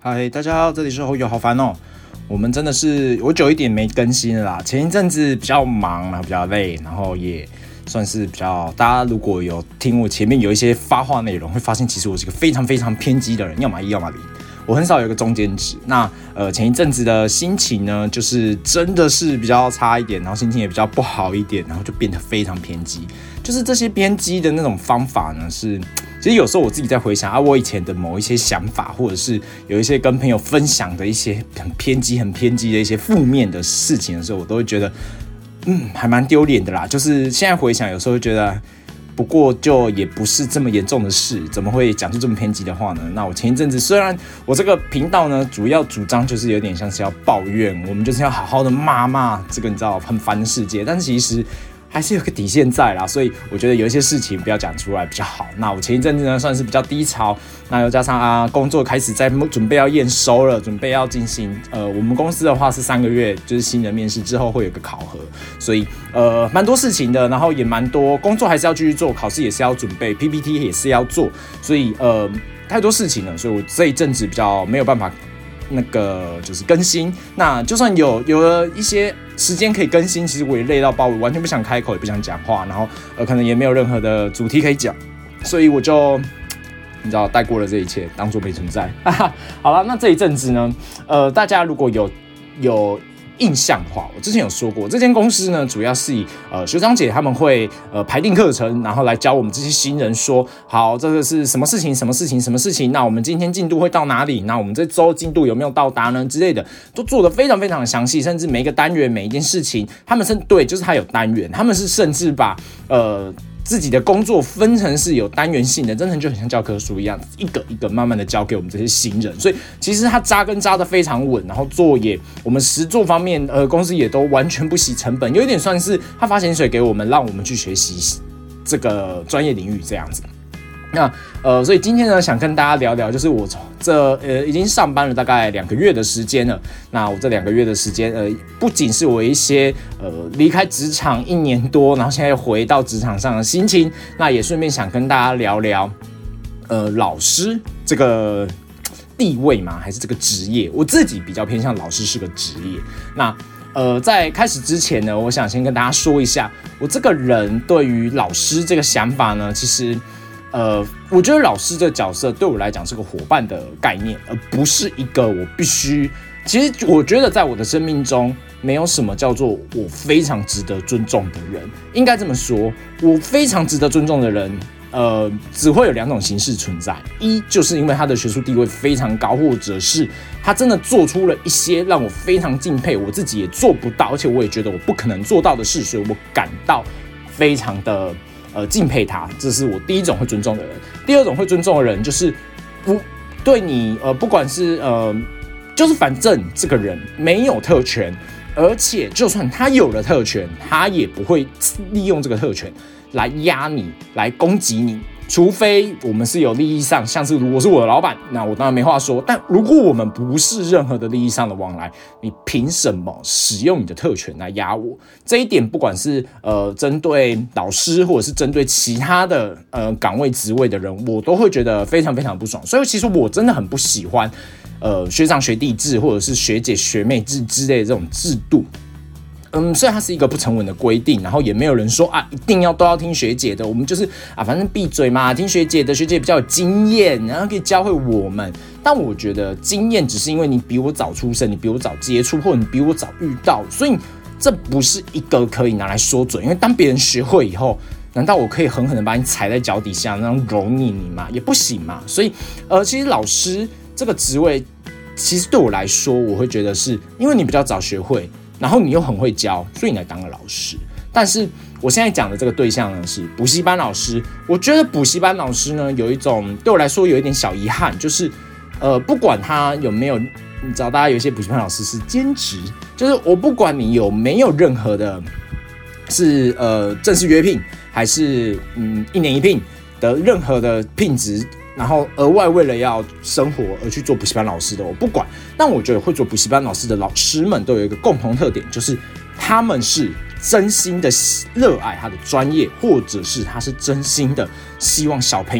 嗨，大家好，这里是侯友，好烦哦。我们真的是我久一点没更新了啦，前一阵子比较忙，然后比较累，然后也算是比较，大家如果有听我前面有一些发话内容，会发现其实我是一个非常非常偏激的人，要么一，要么零。我很少有一个中间值。那前一阵子的心情呢，就是真的是比较差一点，然后心情也比较不好一点，然后就变得非常偏激。就是这些偏激的那种方法呢，其实有时候我自己在回想我以前的某一些想法，或者是有一些跟朋友分享的一些很偏激的一些负面的事情的时候，我都会觉得，还蛮丢脸的啦。就是现在回想，有时候会觉得，不过就也不是这么严重的事，怎么会讲出这么偏激的话呢？那我前一阵子虽然我这个频道呢，主要主张就是有点像是要抱怨，我们就是要好好的骂这个你知道很烦的世界，但是其实还是有个底线在啦，所以我觉得有一些事情不要讲出来比较好。那我前一阵子呢算是比较低潮，那又加上工作开始在准备要验收了，准备要进行我们公司的话是3个月，就是新人面试之后会有个考核，所以蛮多事情的，然后也蛮多工作还是要继续做，考试也是要准备 PPT 也是要做，所以太多事情了，所以我这一阵子比较没有办法那个就是更新。那就算有了一些时间可以更新，其实我也累到爆，我完全不想开口，也不想讲话，然后可能也没有任何的主题可以讲，所以我就你知道带过了这一切，当作没存在。好了，那这一阵子呢，大家如果有印象的话，我之前有说过，这间公司呢，主要是以学长姐他们会排定课程，然后来教我们这些新人说，好，这个是什么事情，那我们今天进度会到哪里？那我们这周进度有没有到达呢？之类的，都做得非常非常的详细，甚至每一个单元每一件事情，他们就是它有单元，他们是甚至把自己的工作分成是有单元性的，真的就很像教科书一样，一个一个慢慢的教给我们这些新人，所以其实他扎根扎得非常稳，然后我们实作方面，公司也都完全不惜成本，有一点算是他发薪水给我们，让我们去学习这个专业领域这样子。那所以今天呢，想跟大家聊聊，就是我已经上班了大概2个月的时间了。那我这2个月的时间，不仅是我一些离开职场1年多，然后现在又回到职场上的心情，那也顺便想跟大家聊聊，老师这个地位嘛，还是这个职业？我自己比较偏向老师是个职业。那在开始之前呢，我想先跟大家说一下，我这个人对于老师这个想法呢，其实我觉得老师这个角色对我来讲是个伙伴的概念，而不是一个我必须。其实我觉得在我的生命中，没有什么叫做我非常值得尊重的人。应该这么说，我非常值得尊重的人，只会有2种形式存在。一就是因为他的学术地位非常高，或者是他真的做出了一些让我非常敬佩，我自己也做不到，而且我也觉得我不可能做到的事，所以我感到非常的敬佩他，这是我第一种会尊重的人。第2种会尊重的人，就是对你不管是就是反正这个人没有特权，而且就算他有了特权，他也不会利用这个特权来压你，来攻击你。除非我们是有利益上，像是如果是我的老板，那我当然没话说。但如果我们不是任何的利益上的往来，你凭什么使用你的特权来压我？这一点，不管是针对老师，或者是针对其他的岗位职位的人，我都会觉得非常非常不爽。所以其实我真的很不喜欢学长学弟制，或者是学姐学妹制之类的这种制度。虽然它是一个不成文的规定，然后也没有人说一定都要听学姐的，我们就是反正闭嘴嘛，听学姐的，学姐比较有经验，然后可以教会我们。但我觉得经验只是因为你比我早出生，你比我早接触，或者你比我早遇到，所以这不是一个可以拿来说准。因为当别人学会以后，难道我可以狠狠的把你踩在脚底下，然后揉你吗？也不行嘛。所以其实老师这个职位，其实对我来说，我会觉得是因为你比较早学会，然后你又很会教，所以你来当了老师。但是我现在讲的这个对象呢，是补习班老师。我觉得补习班老师呢，有一种对我来说有一点小遗憾，就是不管他有没有，你知道，大家有一些补习班老师是兼职，就是我不管你有没有任何的是正式约聘，还是1年1聘的任何的聘职，然后额外为了要生活而去做补习班老师的，我不管。但我觉得会做补习班老师的老师们都有一个共同特点，就是他们是真心的热爱他的专业，或者是他是真心的希望小朋友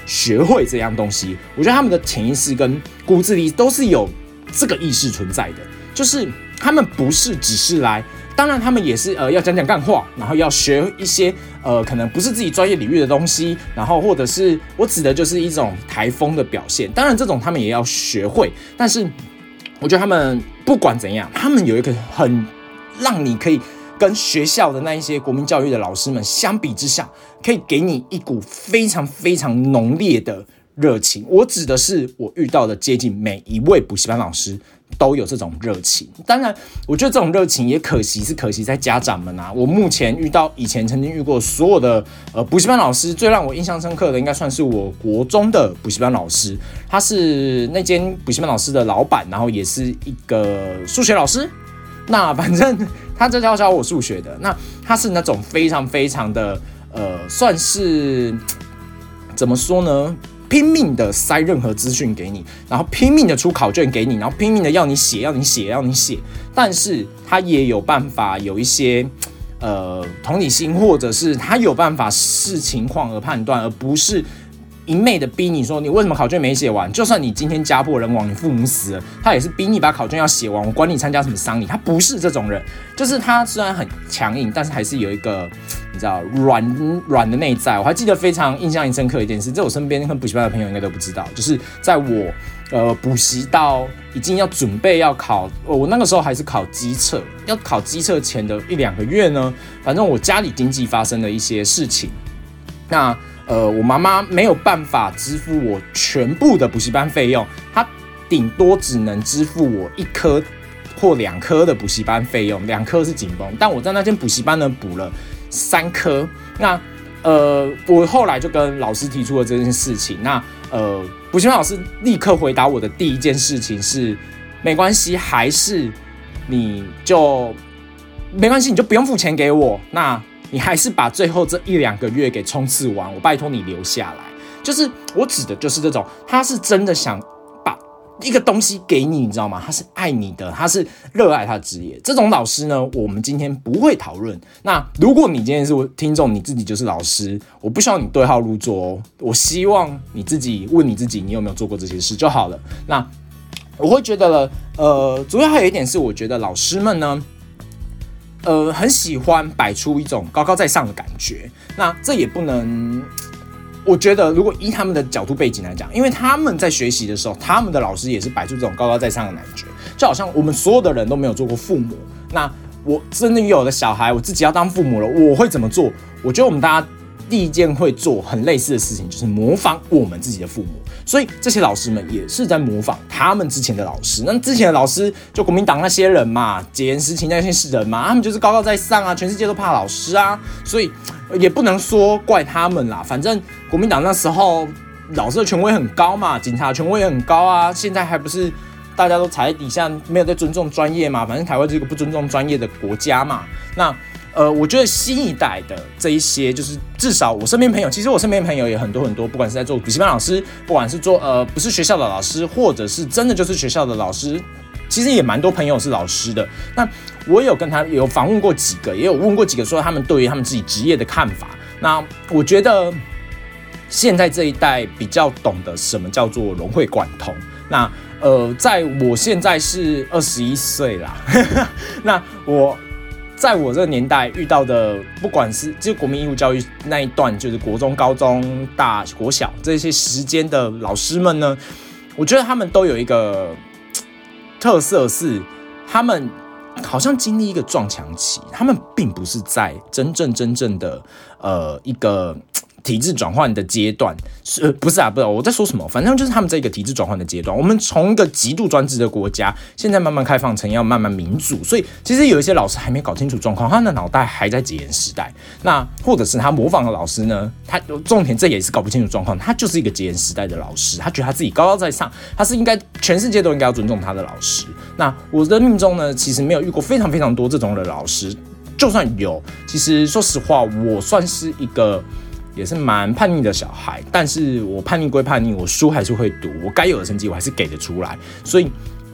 学会这样东西。我觉得他们的潜意识跟骨子里都是有这个意识存在的，就是他们不是只是来，当然他们也是要讲干话，然后要学一些可能不是自己专业领域的东西，然后或者是我指的就是一种台风的表现，当然这种他们也要学会，但是我觉得他们不管怎样，他们有一个很让你可以跟学校的那一些国民教育的老师们相比之下，可以给你一股非常非常浓烈的热情。我指的是我遇到的接近每一位补习班老师都有这种热情。当然我觉得这种热情也可惜在家长们啊。我目前遇到以前曾经遇过所有的补习班老师，最让我印象深刻的应该算是我国中的补习班老师，他是那间补习班老师的老板，然后也是一个数学老师。那反正他在教我数学的，那他是那种非常非常的算是怎么说呢，拼命的塞任何资讯给你，然后拼命的出考卷给你，然后拼命的要你写，但是他也有办法有一些同理心，或者是他有办法视情况而判断，而不是一昧的逼你说你为什么考卷没写完。就算你今天家破人亡，你父母死了，他也是逼你把考卷要写完，我管你参加什么丧礼。他不是这种人，就是他虽然很强硬，但是还是有一个你知道软的内在。我还记得非常印象深刻的一件事，在我身边跟补习班的朋友应该都不知道，就是在我补习到已经要准备要考，我那个时候还是考基测，要考基测前的1-2个月呢，反正我家里经济发生了一些事情，那我妈妈没有办法支付我全部的补习班费用，她顶多只能支付我1科或2科的补习班费用，2科是紧绷，但我在那间补习班呢补了3科。那我后来就跟老师提出了这件事情，那补习班老师立刻回答我的第一件事情是没关系，还是你就没关系，你就不用付钱给我，那你还是把最后这1-2个月给冲刺完，我拜托你留下来。就是我指的就是这种，他是真的想把一个东西给你，你知道吗？他是爱你的，他是热爱他的职业。这种老师呢，我们今天不会讨论。那如果你今天是听众，你自己就是老师，我不希望你对号入座哦。我希望你自己问你自己，你有没有做过这些事就好了。那我会觉得了，主要还有一点是，我觉得老师们呢，很喜欢摆出一种高高在上的感觉。那这也不能，我觉得如果依他们的角度背景来讲，因为他们在学习的时候，他们的老师也是摆出这种高高在上的感觉，就好像我们所有的人都没有做过父母。那我真的有了小孩，我自己要当父母了，我会怎么做？我觉得我们大家第一件会做很类似的事情，就是模仿我们自己的父母。所以这些老师们也是在模仿他们之前的老师。那之前的老师就国民党那些人嘛，解严时期那些人嘛，他们就是高高在上啊，全世界都怕老师啊，所以也不能说怪他们啦。反正国民党那时候老师的权威很高嘛，警察权威也很高啊，现在还不是大家都踩在底下，没有在尊重专业嘛？反正台湾是一个不尊重专业的国家嘛。那我觉得新一代的这一些，就是至少我身边朋友，其实我身边朋友也很多，不管是在做补习班老师，不管是做不是学校的老师，或者是真的就是学校的老师，其实也蛮多朋友是老师的。那我有跟他有访问过几个，也有问过几个，说他们对于他们自己职业的看法。那我觉得现在这一代比较懂得什么叫做融会贯通。那在我现在是21岁啦，那在我这个年代遇到的，不管是就国民义务教育那一段，就是国中、高中、国小这些时间的老师们呢，我觉得他们都有一个特色是，他们好像经历一个撞墙期，他们并不是在真正的一个体制转换的阶段，不是我在说什么？反正就是他们这个体制转换的阶段。我们从一个极度专制的国家，现在慢慢开放成要慢慢民主，所以其实有一些老师还没搞清楚状况，他的脑袋还在解严时代。那或者是他模仿的老师呢，他重点这也是搞不清楚状况，他就是一个解严时代的老师，他觉得他自己高高在上，他是应该全世界都应该要尊重他的老师。那我的命中呢，其实没有遇过非常非常多这种的老师，就算有，其实说实话，我算是一个也是蛮叛逆的小孩，但是我叛逆归叛逆，我书还是会读，我该有的成绩我还是给得出来，所以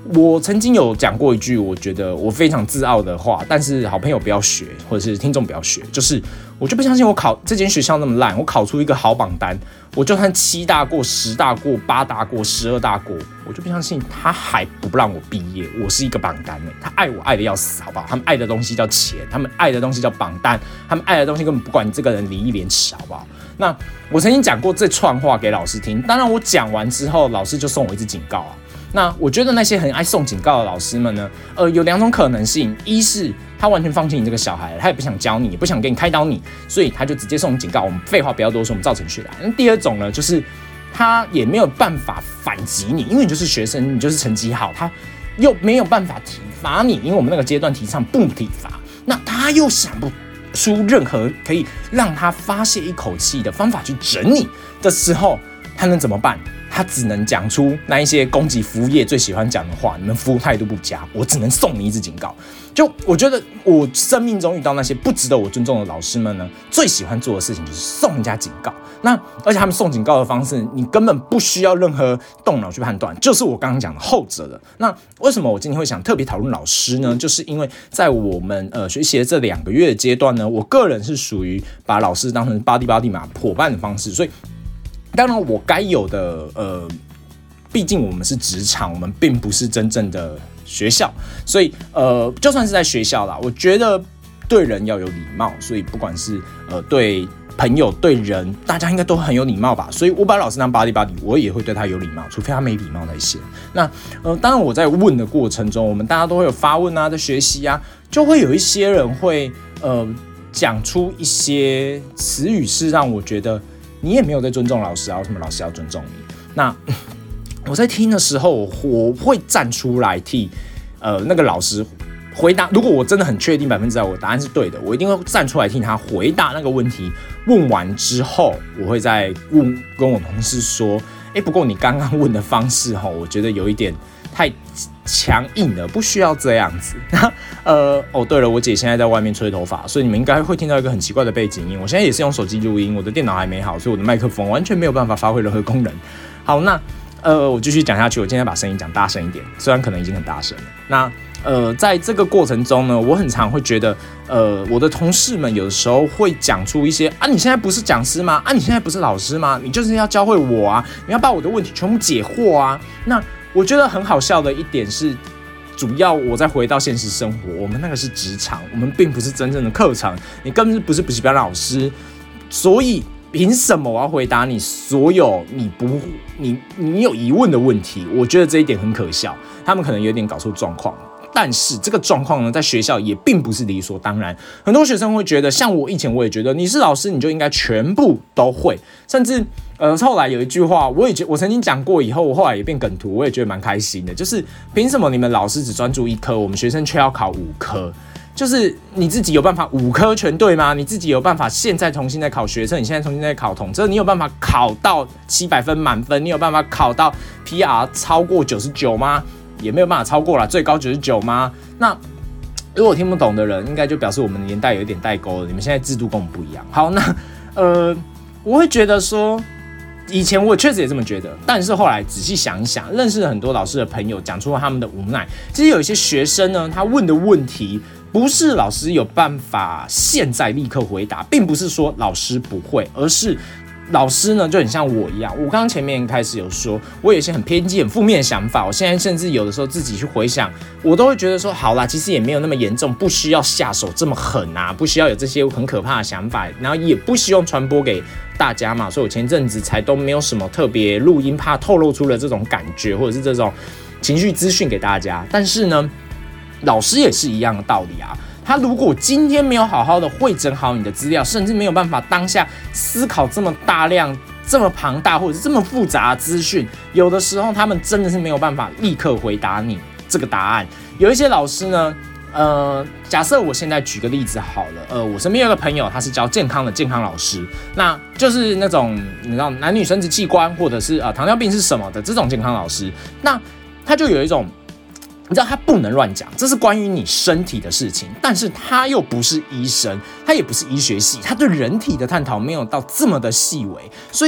我曾经有讲过一句我觉得我非常自傲的话，但是好朋友不要学，或者是听众不要学，就是我就不相信我考这间学校那么烂，我考出一个好榜单，我就算7大过、10大过、8大过、12大过，我就不相信他还不让我毕业。我是一个榜单他爱我爱的要死，好不好？他们爱的东西叫钱，他们爱的东西叫榜单，他们爱的东西根本不管你这个人礼义廉耻，好不好？那我曾经讲过这串话给老师听，当然我讲完之后，老师就送我一支警告啊。那我觉得那些很爱送警告的老师们呢，有2种可能性：一是他完全放弃你这个小孩了，他也不想教你，也不想给你开导你，所以他就直接送你警告。我们废话不要多说，我们照程序来。那第2种呢，就是他也没有办法反击你，因为你就是学生，你就是成绩好，他又没有办法体罚你，因为我们那个阶段提倡不体罚。那他又想不出任何可以让他发泄一口气的方法去整你的时候，他能怎么办？他只能讲出那一些攻击服务业最喜欢讲的话：你们服务态度不佳，我只能送你一支警告。就我觉得我生命中遇到那些不值得我尊重的老师们呢，最喜欢做的事情就是送人家警告。那而且他们送警告的方式，你根本不需要任何动脑去判断，就是我刚刚讲的后者的。那为什么我今天会想特别讨论老师呢？就是因为在我们学习的这2个月的阶段呢，我个人是属于把老师当成buddy 嘛伙伴的方式，所以当然我该有的毕竟我们是职场，我们并不是真正的学校，所以就算是在学校啦，我觉得对人要有礼貌，所以不管是对朋友对人，大家应该都很有礼貌吧。所以我把老师当buddy，我也会对他有礼貌，除非他没礼貌那些。那当然我在问的过程中，我们大家都会有发问啊，在学习啊，就会有一些人会讲出一些词语是让我觉得你也没有在尊重老师啊，为什么老师要尊重你？那我在听的时候，我会站出来替那个老师回答。如果我真的很确定100%我的答案是对的，我一定会站出来替他回答那个问题。问完之后，我会再跟我同事说：不过你刚刚问的方式我觉得有一点太强硬了，不需要这样子。对了，我姐现在在外面吹头发，所以你们应该会听到一个很奇怪的背景音。我现在也是用手机录音，我的电脑还没好，所以我的麦克风完全没有办法发挥任何功能。好，那我继续讲下去。我今天把声音讲大声一点，虽然可能已经很大声了。那在这个过程中呢，我很常会觉得，我的同事们有的时候会讲出一些你现在不是讲师吗？你现在不是老师吗？你就是要教会我啊！你要把我的问题全部解惑啊！那我觉得很好笑的一点是，主要我再回到现实生活，我们那个是职场，我们并不是真正的课程，你根本不是补习班老师，所以凭什么我要回答你所有你有疑问的问题？我觉得这一点很可笑，他们可能有点搞错状况。但是这个状况呢，在学校也并不是理所当然。很多学生会觉得，像我以前我也觉得，你是老师你就应该全部都会，甚至后来有一句话，我曾经讲过以后，我后来也变梗图，我也觉得蛮开心的，就是凭什么你们老师只专注1科，我们学生却要考5科？就是你自己有办法5科全对吗？你自己有办法现在重新再考学测，你现在重新再考统测，你有办法考到700分满分？你有办法考到 PR 超过99吗？也没有办法超过啦，最高99吗？那如果听不懂的人，应该就表示我们的年代有一点代沟了。你们现在制度跟我们不一样。好，那我会觉得说，以前我确实也这么觉得，但是后来仔细想一想，认识了很多老师的朋友，讲出了他们的无奈。其实有一些学生呢，他问的问题不是老师有办法现在立刻回答，并不是说老师不会，而是老师呢就很像我一样，我刚刚前面开始有说，我有一些很偏激、很负面的想法。我现在甚至有的时候自己去回想，我都会觉得说，好啦，其实也没有那么严重，不需要下手这么狠啊，不需要有这些很可怕的想法，然后也不希望传播给大家嘛。所以我前阵子才都没有什么特别录音，怕透露出了这种感觉或者是这种情绪资讯给大家。但是呢，老师也是一样的道理啊。他如果今天没有好好的汇整好你的资料，甚至没有办法当下思考这么大量、这么庞大或者是这么复杂的资讯，有的时候他们真的是没有办法立刻回答你这个答案。有一些老师呢，假设我现在举个例子好了，我身边有个朋友，他是教健康的健康老师，那就是那种你知道男女生殖器官或者是糖尿病是什么的这种健康老师，那他就有一种。你知道他不能乱讲，这是关于你身体的事情，但是他又不是医生，他也不是医学系，他对人体的探讨没有到这么的细微，所以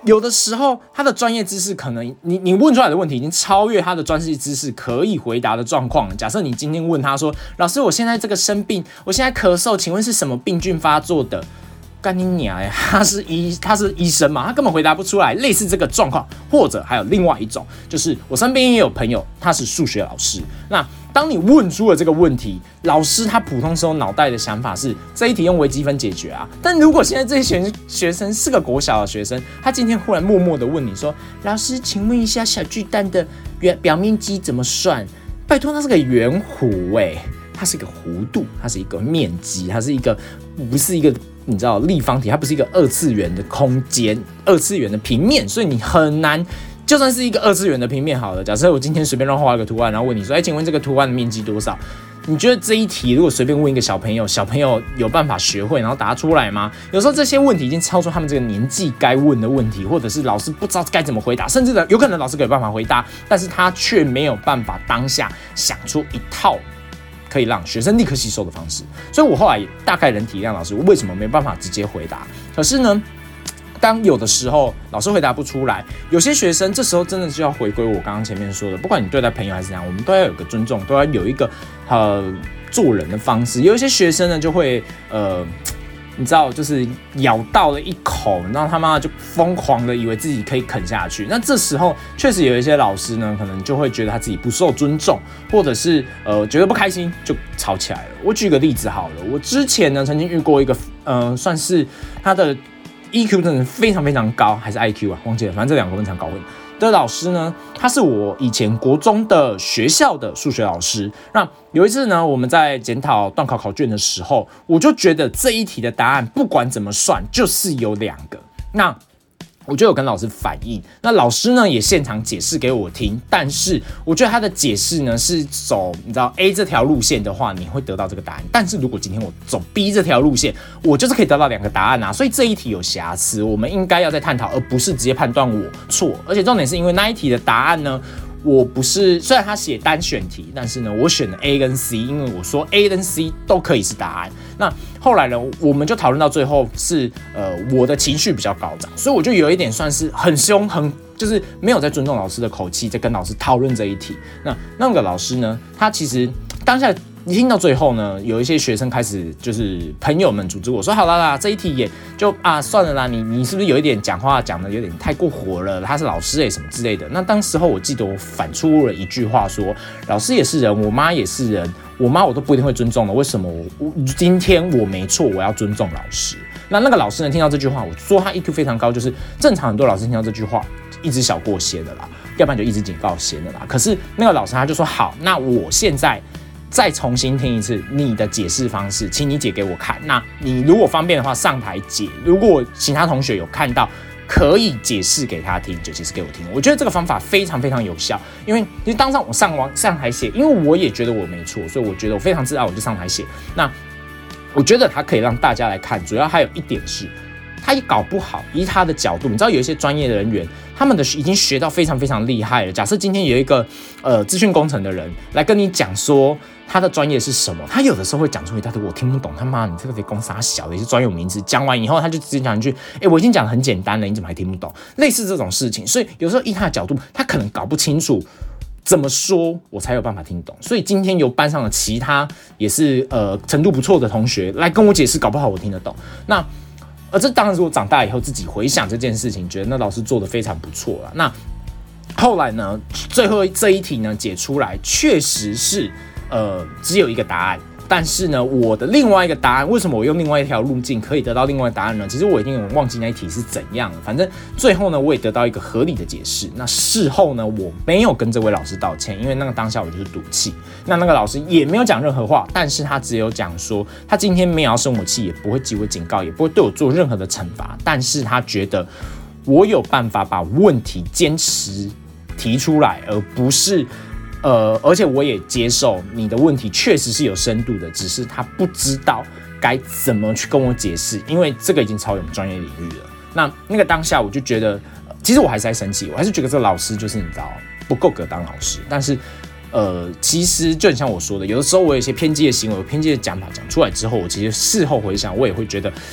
有的时候他的专业知识可能你问出来的问题已经超越他的专业知识可以回答的状况。假设你今天问他说，老师我现在这个生病，我现在咳嗽，请问是什么病菌发作的？干你娘呀！他是医生嘛，他根本回答不出来。类似这个状况，或者还有另外一种，就是我身边也有朋友，他是数学老师。那当你问出了这个问题，老师他普通时候脑袋的想法是这一题用微积分解决啊。但如果现在这些学生是个国小的学生，他今天忽然默默的问你说，老师，请问一下小巨蛋的表面积怎么算？拜托，那是个圆弧它是一个弧度，它是一个面积，它是一个不是一个你知道立方体，它不是一个二次元的空间，二次元的平面，所以你很难。就算是一个二次元的平面好了，假设我今天随便乱画一个图案，然后问你说，请问这个图案的面积多少？你觉得这一题如果随便问一个小朋友有办法学会然后答出来吗？有时候这些问题已经超出他们这个年纪该问的问题，或者是老师不知道该怎么回答，甚至有可能老师有办法回答，但是他却没有办法当下想出一套可以让学生立刻吸收的方式。所以我后来也大概能体谅老师为什么没办法直接回答。可是呢，当有的时候老师回答不出来，有些学生这时候真的就要回归我刚刚前面说的，不管你对待朋友还是怎样，我们都要有个尊重，都要有一个做人的方式。有一些学生呢就会你知道，就是咬到了一口，然后他妈就疯狂的以为自己可以啃下去。那这时候确实有一些老师呢，可能就会觉得他自己不受尊重，或者是觉得不开心就吵起来了。我举个例子好了，我之前呢曾经遇过一个算是他的 EQ 真的非常非常高，还是 IQ 啊，忘记了，反正这两个我常搞混的老师呢，他是我以前国中的学校的数学老师。那有一次呢，我们在检讨段考考卷的时候，我就觉得这一题的答案不管怎么算，就是有2个。那我就有跟老师反映，那老师呢也现场解释给我听，但是我觉得他的解释呢是走你知道 A 这条路线的话，你会得到这个答案，但是如果今天我走 B 这条路线，我就是可以得到2个答案啊，所以这一题有瑕疵，我们应该要再探讨，而不是直接判断我错。而且重点是因为那一题的答案呢，我不是，虽然他写单选题，但是呢，我选了 A 跟 C， 因为我说 A 跟 C 都可以是答案。那后来呢，我们就讨论到最后是，我的情绪比较高涨，所以我就有一点算是很凶，就是没有在尊重老师的口气，在跟老师讨论这一题。那个老师呢，他其实当下你听到最后呢，有一些学生开始就是朋友们组织我说，好啦，这一题也就算了啦，你是不是有一点讲话讲的有点太过火了？他是老师什么之类的。那当时候我记得我反出了一句话说，老师也是人，我妈也是人，我妈我都不一定会尊重的，为什么我今天我没错，我要尊重老师？那个老师呢，听到这句话，我说他 EQ 非常高，就是正常很多老师听到这句话，一只小过先的啦，要不然就一直警告先的啦。可是那个老师他就说，好，那我现在再重新听一次你的解释方式，请你解给我看。那你如果方便的话上台解，如果其他同学有看到可以解释给他听，就解释给我听。我觉得这个方法非常非常有效，因为其实当上我上台写，因为我也觉得我没错，所以我觉得我非常自傲，我就上台写。那我觉得他可以让大家来看，主要还有一点是，他也搞不好，以他的角度，你知道有一些专业的人员，他们已经学到非常非常厉害了。假设今天有一个资讯工程的人来跟你讲说他的专业是什么，他有的时候会讲出一大堆我听不懂，他妈你这个得公杀小的一些专有名词，讲完以后他就直接讲一句，我已经讲得很简单了，你怎么还听不懂？类似这种事情，所以有时候以他的角度，他可能搞不清楚怎么说我才有办法听懂。所以今天由班上的其他也是程度不错的同学来跟我解释，搞不好我听得懂。那这当然是我长大以后自己回想这件事情，觉得那老师做得非常不错啦。那后来呢，最后这一题呢解出来，确实是只有一个答案。但是呢，我的另外一个答案，为什么我用另外一条路径可以得到另外一个答案呢？其实我已经有忘记那一题是怎样了。反正最后呢，我也得到一个合理的解释。那事后呢，我没有跟这位老师道歉，因为那个当下我就是赌气。那个老师也没有讲任何话，但是他只有讲说，他今天没有要生我气，也不会记我警告，也不会对我做任何的惩罚。但是他觉得我有办法把问题坚持提出来，而不是。而且我也接受你的问题确实是有深度的，只是他不知道该怎么去跟我解释，因为这个已经超越我们专业领域了。那个当下我就觉得，其实我还是在生气，我还是觉得这个老师就是你知道不够格当老师。但是其实就很像我说的，有的时候我有一些偏激的行为、偏激的讲法讲出来之后，我其实事后回想，我也会觉得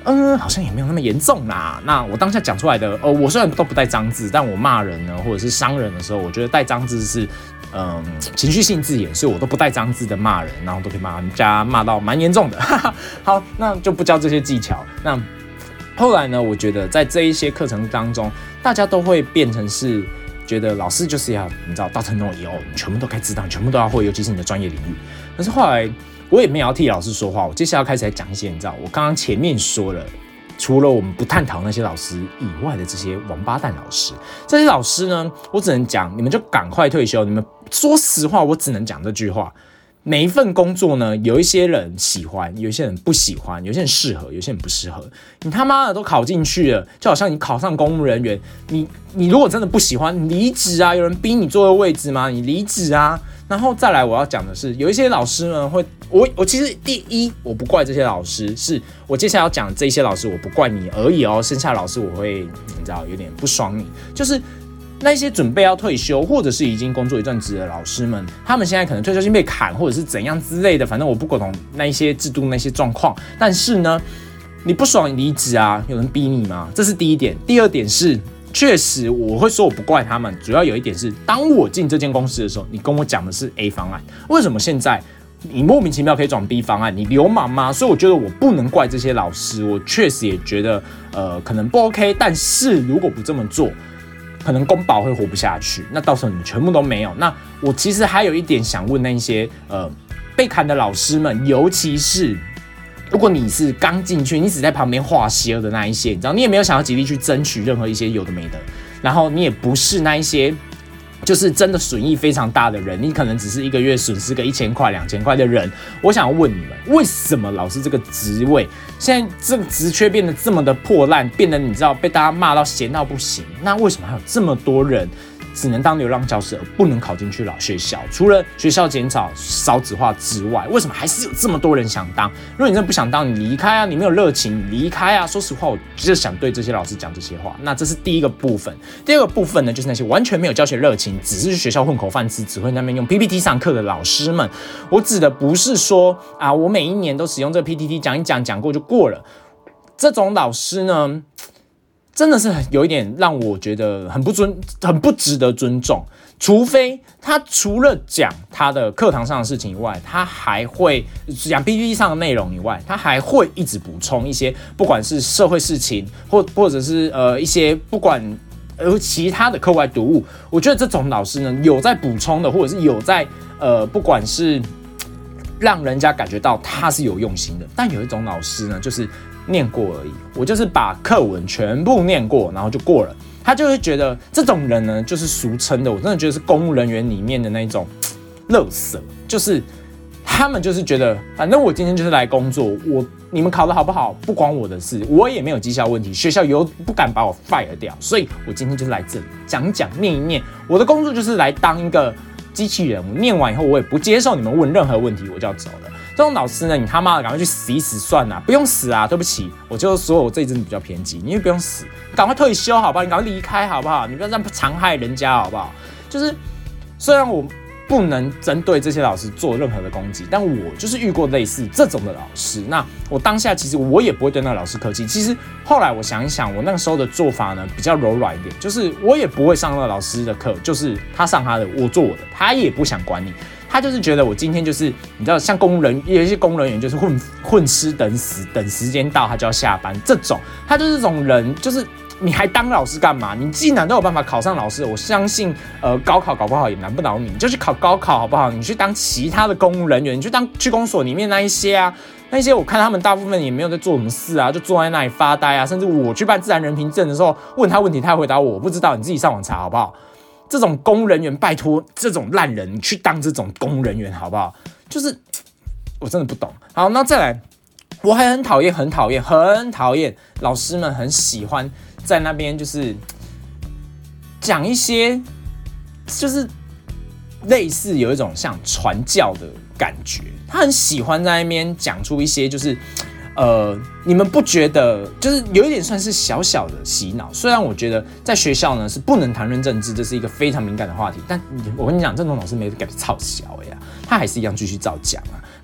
好像也没有那么严重啦。那我当下讲出来的，我虽然都不带脏字，但我骂人呢，或者是伤人的时候，我觉得带脏字是，情绪性字眼，所以我都不带脏字的骂人，然后都可以把人家骂到蛮严重的。好，那就不教这些技巧。那后来呢，我觉得在这一些课程当中，大家都会变成是觉得老师就是要你知道，到成功以后，你全部都该知道，你全部都要会，尤其是你的专业领域。可是后来我也没有要替老师说话，我接下来要开始来讲一些你知道，我刚刚前面说了。除了我们不探讨那些老师以外的这些王八蛋老师，这些老师呢，我只能讲，你们就赶快退休。你们说实话，我只能讲这句话。每一份工作呢，有一些人喜欢，有一些人不喜欢，有些人适合，有些人不适合。你他妈的都考进去了，就好像你考上公务人员，你如果真的不喜欢，你离职啊！有人逼你坐的位置吗？你离职啊！然后再来，我要讲的是，有一些老师呢会，我其实第一我不怪这些老师，是我接下来要讲的这些老师，我不怪你而已哦。剩下的老师我会你知道有点不爽你，就是那些准备要退休或者是已经工作一段职的老师们，他们现在可能退休金被砍或者是怎样之类的，反正我不懂那一些制度那些状况。但是呢，你不爽你离职啊，有人逼你吗？这是第一点。第二点是。确实，我会说我不怪他们，主要有一点是，当我进这间公司的时候，你跟我讲的是 A 方案，为什么现在你莫名其妙可以转 B 方案？你流氓吗？所以我觉得我不能怪这些老师，我确实也觉得可能不 OK， 但是如果不这么做，可能公保会活不下去，那到时候你们全部都没有。那我其实还有一点想问那些被砍的老师们，尤其是。如果你是刚进去，你只在旁边画靴的那一些，你知道，你也没有想要极力去争取任何一些有的没的，然后你也不是那一些就是真的损益非常大的人，你可能只是一个月损失个1000块、2000块的人。我想要问你们，为什么老师这个职位现在这个职缺变得这么的破烂，变得你知道被大家骂到闲到不行？那为什么还有这么多人？只能当流浪教师而不能考进去老学校，除了学校减少子化之外，为什么还是有这么多人想当？如果你真的不想当，你离开啊！你没有热情，你离开啊！说实话，我就是想对这些老师讲这些话。那这是第一个部分。第二个部分呢，就是那些完全没有教学热情，只是去学校混口饭吃，只会在那边用 PPT 上课的老师们。我指的不是说啊，我每一年都使用这个 PPT 讲一讲，讲过就过了。这种老师呢？真的是有一点让我觉得很不值得尊重，除非他除了讲他的课堂上的事情以外，他还会讲 PPT 上的内容以外，他还会一直补充一些不管是社会事情或者是一些不管其他的课外读物。我觉得这种老师呢，有在补充的，或者是有在不管是让人家感觉到他是有用心的。但有一种老师呢，就是念过而已，我就是把课文全部念过，然后就过了。他就会觉得这种人呢，就是俗称的，我真的觉得是公务人员里面的那种垃圾，就是他们就是觉得，反正我今天就是来工作，你们考得好不好不关我的事，我也没有绩效问题，学校又不敢把我 fire 掉，所以我今天就是来这里讲讲念一念，我的工作就是来当一个机器人，我念完以后我也不接受你们问任何问题，我就要走了。这种老师呢，你他妈的赶快去死一死算了，不用死啊！对不起，我就说我这一阵子比较偏激，你也不用死，你赶快退休好不好？你赶快离开好不好？你不要这样残害人家好不好？就是虽然我不能针对这些老师做任何的攻击，但我就是遇过类似这种的老师。那我当下其实我也不会对那个老师客气。其实后来我想一想，我那个时候的做法呢比较柔软一点，就是我也不会上那个老师的课，就是他上他的，我做我的，他也不想管你。他就是觉得我今天就是你知道，像公务人有一些公务人员就是混吃等死，等时间到他就要下班，这种他就是这种人，就是你还当老师干嘛？你既然都有办法考上老师，我相信高考搞不好也难不倒你，你就去考高考好不好？你去当其他的公务人员，你去当区公所里面那一些啊，那些我看他们大部分也没有在做什么事啊，就坐在那里发呆啊，甚至我去办自然人凭证的时候问他问题，他回答我不知道，你自己上网查好不好？这种公务人员，拜托，这种烂人，你去当这种公务人员好不好？就是我真的不懂。好，那再来，我还很讨厌老师们很喜欢在那边就是讲一些，就是类似有一种像传教的感觉，他很喜欢在那边讲出一些就是。你们不觉得就是有一点算是小小的洗脑？虽然我觉得在学校呢是不能谈论政治，这是一个非常敏感的话题，但我跟你讲，这种老师没得给操小呀，他还是一样继续照讲啊。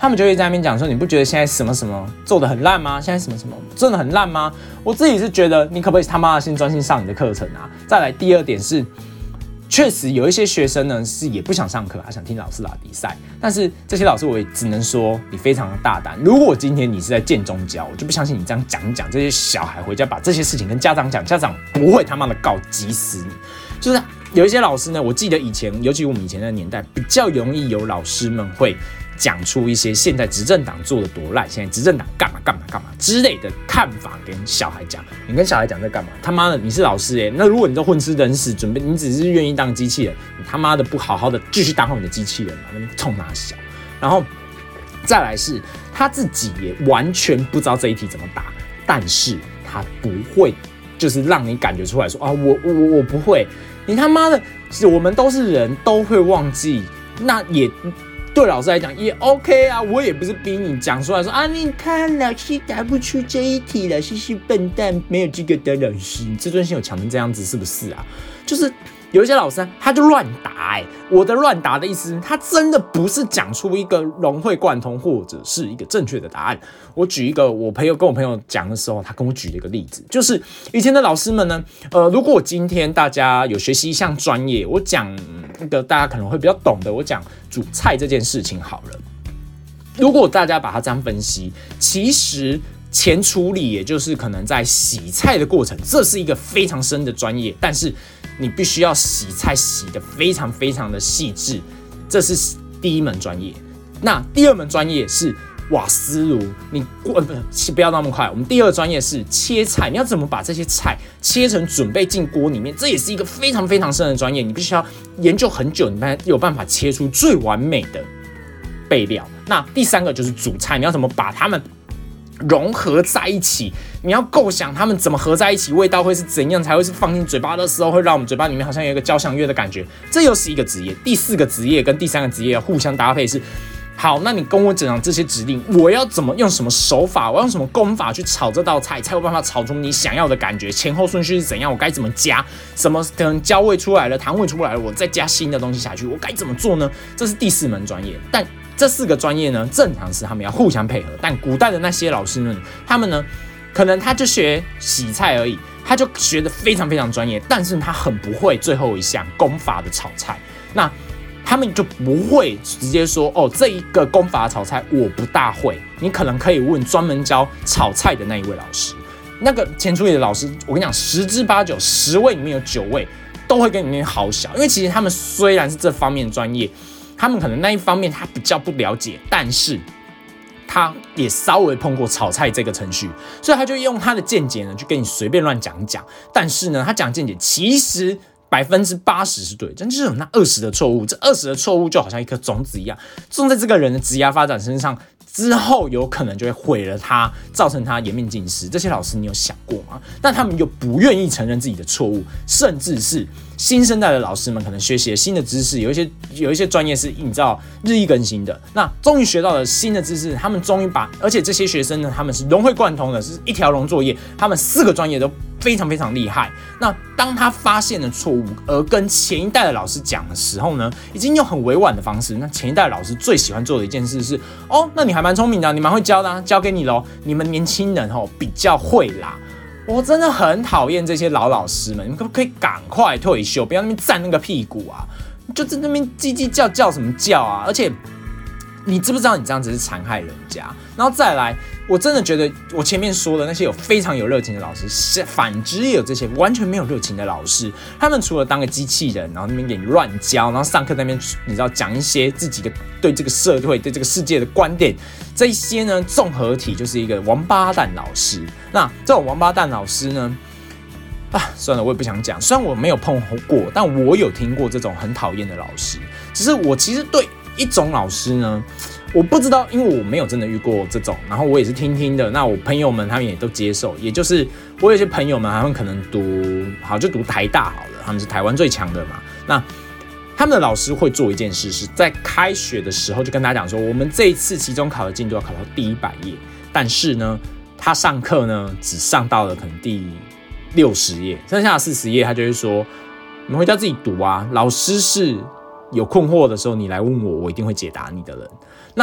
他们就会在那边讲说，你不觉得现在什么什么做得很烂吗？现在什么什么真的很烂吗？我自己是觉得，你可不可以他妈的先专心上你的课程啊？再来第二点是，确实有一些学生呢是也不想上课，他想听老师打比赛，但是这些老师我也只能说你非常的大胆。如果今天你是在建中教，我就不相信你这样讲一讲，这些小孩回家把这些事情跟家长讲，家长不会他妈的告急死你。就是有一些老师呢，我记得以前，尤其我们以前的年代，比较容易有老师们会讲出一些现在执政党做的多烂，现在执政党干嘛之类的看法跟小孩讲。你跟小孩讲在干嘛？他妈的，你是老师那如果你都混吃等死，准备你只是愿意当机器人，你他妈的不好好的继续当好你的机器人嘛，那边冲哪小？然后再来是他自己也完全不知道这一题怎么打，但是他不会就是让你感觉出来说啊，我不会。你他妈的，我们都是人，都会忘记，那也对老师来讲也 OK 啊，我也不是逼你讲出来说啊，你看老师答不出这一题，老师是笨蛋，没有资格当老师，你自尊心有强成这样子是不是啊？就是有一些老师他就乱答我的乱答的意思，他真的不是讲出一个融会贯通或者是一个正确的答案。我举一个我跟我朋友讲的时候，他跟我举了一个例子，就是以前的老师们呢，如果今天大家有学习一项专业，我讲那个大家可能会比较懂的，我讲煮菜这件事情好了。如果大家把它这样分析，其实前处理也就是可能在洗菜的过程，这是一个非常深的专业，但是你必须要洗菜洗得非常非常的细致，这是第一门专业。那第二门专业是瓦斯炉，你不要那么快。我们第二专业是切菜，你要怎么把这些菜切成准备进锅里面，这也是一个非常非常深的专业，你必须要研究很久，你才有办法切出最完美的备料。那第三个就是煮菜，你要怎么把它们融合在一起，你要构想它们怎么合在一起，味道会是怎样，才会是放进嘴巴的时候会让我们嘴巴里面好像有一个交响乐的感觉，这又是一个职业。第四个职业跟第三个职业互相搭配是，好，那你跟我讲这些指令，我要怎么用什么手法，我要用什么功法去炒这道菜，才有办法炒出你想要的感觉，前后顺序是怎样，我该怎么加，什么可能焦味出来了，糖味出来了，我再加新的东西下去，我该怎么做呢？这是第四门专业。但这四个专业呢，正常是他们要互相配合，但古代的那些老师们，他们呢，可能他就学洗菜而已，他就学得非常非常专业，但是他很不会最后一项功法的炒菜。那他们就不会直接说哦，这一个功法的炒菜我不大会，你可能可以问专门教炒菜的那一位老师。那个前处理的老师，我跟你讲，10之8九，10位里面有9位都会跟你们好小，因为其实他们虽然是这方面的专业，他们可能那一方面他比较不了解，但是他也稍微碰过炒菜这个程序，所以他就用他的见解呢，去跟你随便乱讲一讲。但是呢，他讲见解其实80%是对，但就是有那20%的错误，这20%的错误就好像一颗种子一样，种在这个人的职业发展身上之后，有可能就会毁了他，造成他颜面尽失。这些老师你有想过吗？但他们又不愿意承认自己的错误，甚至是新生代的老师们可能学习了新的知识，有一些专业是你知道日益更新的，那终于学到了新的知识，他们终于而且这些学生呢，他们是融会贯通的，是一条龙作业，他们4个专业都非常非常厉害。那当他发现了错误，而跟前一代的老师讲的时候呢，已经用很委婉的方式。那前一代的老师最喜欢做的一件事是，哦，那你还蛮聪明的，你蛮会教的啊，交给你咯，你们年轻人比较会啦。我真的很讨厌这些老师们，你们可不可以赶快退休，不要那边站那个屁股啊？就在那边叽叽叫什么叫啊？而且你知不知道你这样子是残害人家？然后再来，我真的觉得我前面说的那些有非常有热情的老师，反之也有这些完全没有热情的老师。他们除了当个机器人，然后那边给你乱教，然后上课那边你知道讲一些自己的对这个社会、对这个世界的观点，这一些呢综合体就是一个王八蛋老师。那这种王八蛋老师呢？算了，我也不想讲。虽然我没有碰过，但我有听过这种很讨厌的老师。只是我其实对一种老师呢，我不知道，因为我没有真的遇过这种，然后我也是听的。那我朋友们他们也都接受，也就是我有些朋友们他们可能就读台大好了，他们是台湾最强的嘛。那他们的老师会做一件事，是在开学的时候就跟大家讲说，我们这一次期中考的进度要考到第100页，但是呢，他上课呢只上到了可能第60页，剩下的40页他就会说，你们回家自己读啊，老师是有困惑的时候你来问我，我一定会解答你的人。那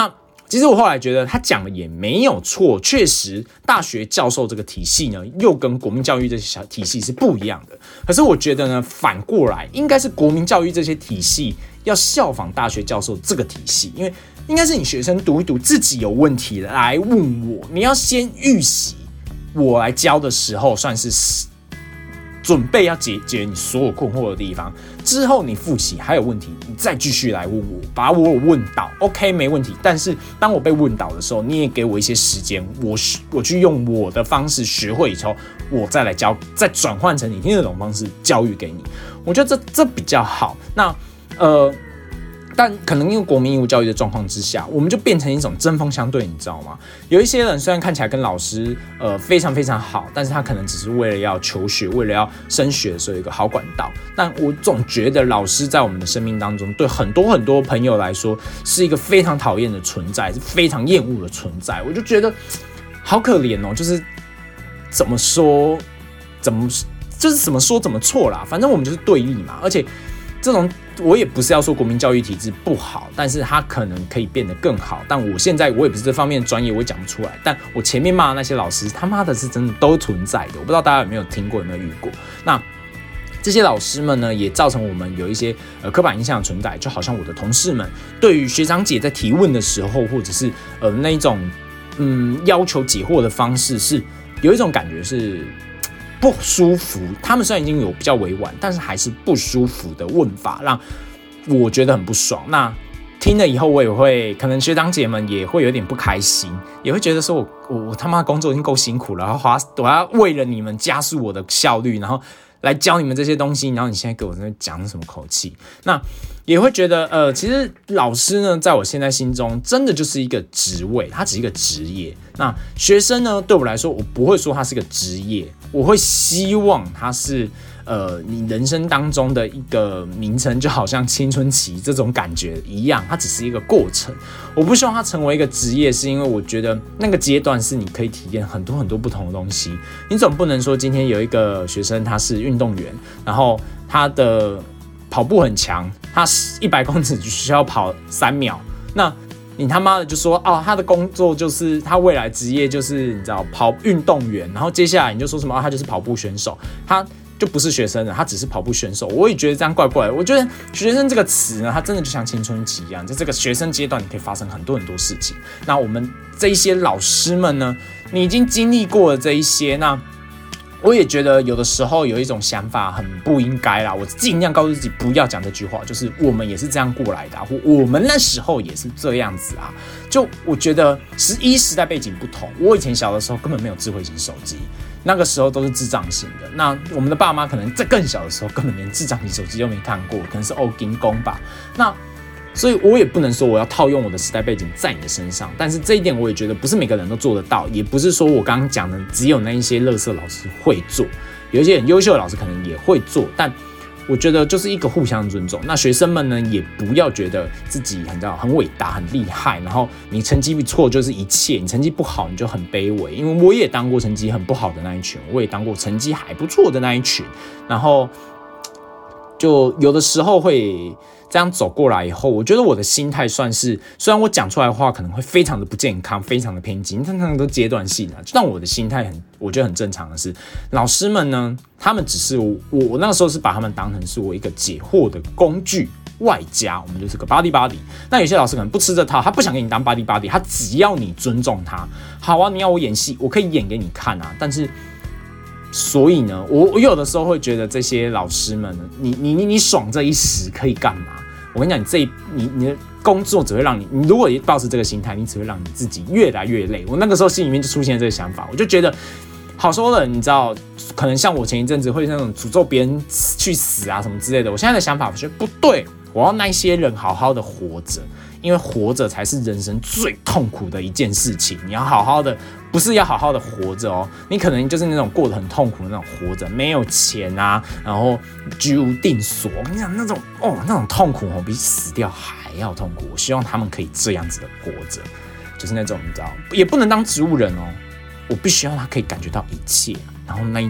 其实我后来觉得他讲的也没有错，确实大学教授这个体系呢，又跟国民教育这些体系是不一样的。可是我觉得呢，反过来应该是国民教育这些体系要效仿大学教授这个体系，因为应该是你学生读一读自己有问题来问我，你要先预习，我来教的时候算是准备要解决你所有困惑的地方，之后你复习还有问题，你再继续来问我，把我问倒 ，OK 没问题。但是当我被问倒的时候，你也给我一些时间，我去用我的方式学会以后，我再来教，再转换成你听得懂方式教育给你。我觉得这比较好。那但可能因为国民义务教育的状况之下，我们就变成一种针锋相对，你知道吗？有一些人虽然看起来跟老师非常非常好，但是他可能只是为了要求学，为了要升学的时候有一个好管道。但我总觉得老师在我们的生命当中，对很多很多朋友来说是一个非常讨厌的存在，是非常厌恶的存在。我就觉得好可怜哦，就是怎么说怎么说怎么错啦，反正我们就是对立嘛，而且。这种我也不是要说国民教育体制不好，但是它可能可以变得更好。但我现在我也不是这方面的专业，我也讲不出来。但我前面骂的那些老师，他妈的是真的都存在的。我不知道大家有没有听过，有没有遇过？那这些老师们呢，也造成我们有一些刻板印象的存在。就好像我的同事们对于学长姐在提问的时候，或者是那一种要求解惑的方式，是有一种感觉是。不舒服，他们虽然已经有比较委婉，但是还是不舒服的问法，让我觉得很不爽。那听了以后，我也会，可能学长姐们也会有点不开心，也会觉得说我他妈工作已经够辛苦了，然后我要为了你们加速我的效率，然后来教你们这些东西，然后你现在给我在讲什么口气？那也会觉得，其实老师呢，在我现在心中，真的就是一个职位，它只是一个职业。那学生呢，对我来说，我不会说它是个职业，我会希望它是你人生当中的一个名称，就好像青春期这种感觉一样，它只是一个过程。我不希望它成为一个职业，是因为我觉得那个阶段是你可以体验很多很多不同的东西。你总不能说今天有一个学生他是运动员，然后他的跑步很强，他100公尺只需要跑3秒，那你他妈的就说他的工作就是他未来职业就是你知道跑运动员，然后接下来你就说什么他就是跑步选手，他就不是学生了，他只是跑步选手。我也觉得这样怪怪的。我觉得学生这个词呢，它真的就像青春期一样，在这个学生阶段，你可以发生很多很多事情。那我们这一些老师们呢，你已经经历过了这一些，那我也觉得有的时候有一种想法很不应该啦，我尽量告诉自己不要讲这句话，就是我们也是这样过来的我们那时候也是这样子啊。就我觉得时代背景不同，我以前小的时候根本没有智慧型手机，那个时候都是智障型的。那我们的爸妈可能在更小的时候根本连智障型手机都没看过，可能是金工吧。那所以我也不能说我要套用我的时代背景在你的身上，但是这一点我也觉得不是每个人都做得到，也不是说我刚刚讲的只有那一些垃圾老师会做，有一些很优秀的老师可能也会做，但我觉得就是一个互相尊重。那学生们呢，也不要觉得自己很伟大、很厉害，然后你成绩不错就是一切，你成绩不好你就很卑微。因为我也当过成绩很不好的那一群，我也当过成绩还不错的那一群，然后就有的时候会这样走过来以后，我觉得我的心态算是，虽然我讲出来的话可能会非常的不健康，非常的偏激，但那都阶段性的。但我的心态我觉得很正常的是，老师们呢，他们只是我那个时候是把他们当成是我一个解惑的工具，外加我们就是个 buddy。那有些老师可能不吃这套，他不想给你当 buddy， 他只要你尊重他。好啊，你要我演戏，我可以演给你看啊，但是。所以呢，我有的时候会觉得这些老师们呢，你爽这一时可以干嘛？我跟你讲，你的工作只会让你如果也抱持这个心态，你只会让你自己越来越累。我那个时候心里面就出现了这个想法，我就觉得好说了，你知道，可能像我前一阵子会那种诅咒别人去死啊什么之类的。我现在的想法，我觉得不对，我要那些人好好的活着。因为活着才是人生最痛苦的一件事情，你要好好的，不是要好好的活着哦，你可能就是那种过得很痛苦的那种活着，没有钱啊，然后居无定所。我跟你讲，那种痛苦比死掉还要痛苦。我希望他们可以这样子的活着，就是那种你知道，也不能当植物人哦，我必须要他可以感觉到一切，然后那一种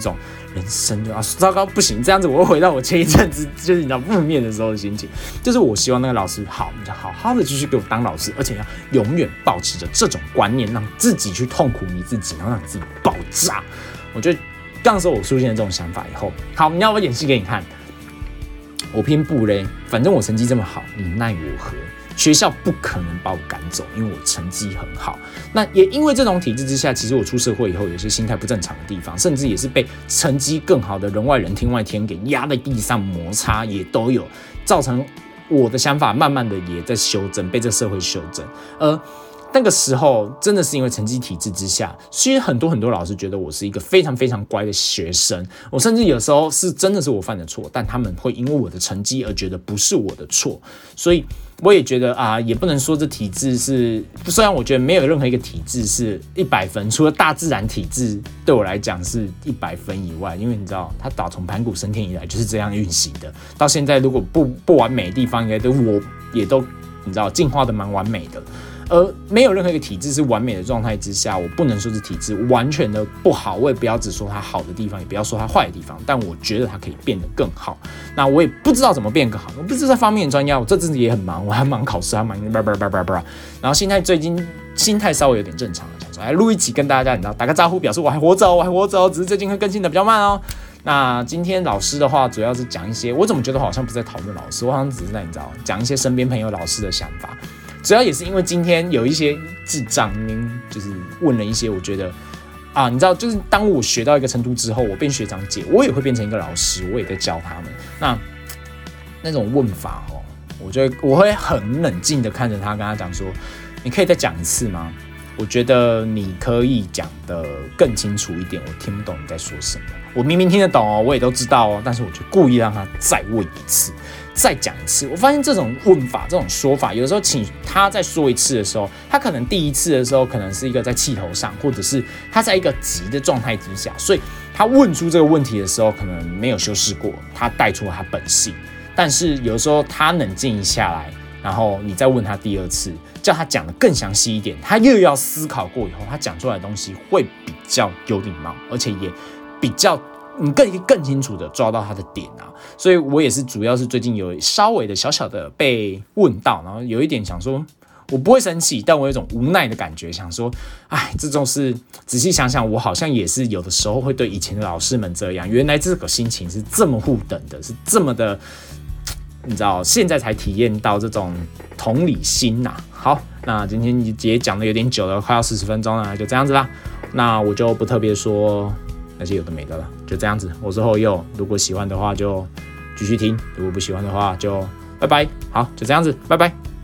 人生就糟糕，不行，这样子我会回到我前一阵子就是你知道负面的时候的心情，就是我希望那个老师好，你就好好的继续给我当老师，而且要永远保持着这种观念，让自己去痛苦你自己，然后让自己爆炸。我觉得当时我出现了这种想法以后，好，你要我演戏给你看，我偏不嘞，反正我成绩这么好，你奈我何？学校不可能把我赶走，因为我成绩很好。那也因为这种体制之下，其实我出社会以后，有些心态不正常的地方，甚至也是被成绩更好的人外人天外天给压在地上摩擦，也都有造成我的想法慢慢的也在修正，被这社会修正。那个时候真的是因为成绩体制之下，其实很多老师觉得我是一个非常非常乖的学生，我甚至有时候是真的是我犯的错，但他们会因为我的成绩而觉得不是我的错，所以我也觉得也不能说这体制是，虽然我觉得没有任何一个体制是100分，除了大自然体制对我来讲是100分以外，因为你知道它打从盘古升天以来就是这样运行的，到现在如果不完美的地方，应该我也都你知道进化的蛮完美的。而没有任何一个体制是完美的状态之下，我不能说是体制完全的不好，我也不要只说它好的地方，也不要说它坏的地方，但我觉得它可以变得更好。那我也不知道怎么变更好，我不是这方面的专家，我这阵子也很忙，我还忙考试，还忙然后最近心态稍微有点正常了，想说来录一集跟大家你知道打个招呼，表示我还活着哦，只是最近会更新的比较慢哦。那今天老师的话，主要是讲一些，我怎么觉得我好像不是在讨论老师，我好像只是在你知道讲一些身边朋友老师的想法。主要也是因为今天有一些智障，就是问了一些，我觉得你知道，就是当我学到一个程度之后，我变学长姐，我也会变成一个老师，我也在教他们。那种问法我会很冷静的看着他，跟他讲说，你可以再讲一次吗？我觉得你可以讲得更清楚一点，我听不懂你在说什么。我明明听得懂我也都知道但是我就故意让他再问一次。再讲一次，我发现这种问法、这种说法，有的时候请他再说一次的时候，他可能第一次的时候可能是一个在气头上，或者是他在一个急的状态之下，所以他问出这个问题的时候，可能没有修饰过，他带出了他本性。但是有的时候他冷静下来，然后你再问他第二次，叫他讲得更详细一点，他又要思考过以后，他讲出来的东西会比较有礼貌，而且也比较。你更清楚的抓到他的点所以我也是主要是最近有稍微的小小的被问到，然后有一点想说，我不会生气，但我有一种无奈的感觉，想说，这种事仔细想想，我好像也是有的时候会对以前的老师们这样，原来这个心情是这么互等的，是这么的，你知道，现在才体验到这种同理心好，那今天也讲的有点久了，快要40分钟了，就这样子啦。那我就不特别说那些有的没的了，就这样子。我是后佑，如果喜欢的话就继续听，如果不喜欢的话就拜拜。好，就这样子，拜拜。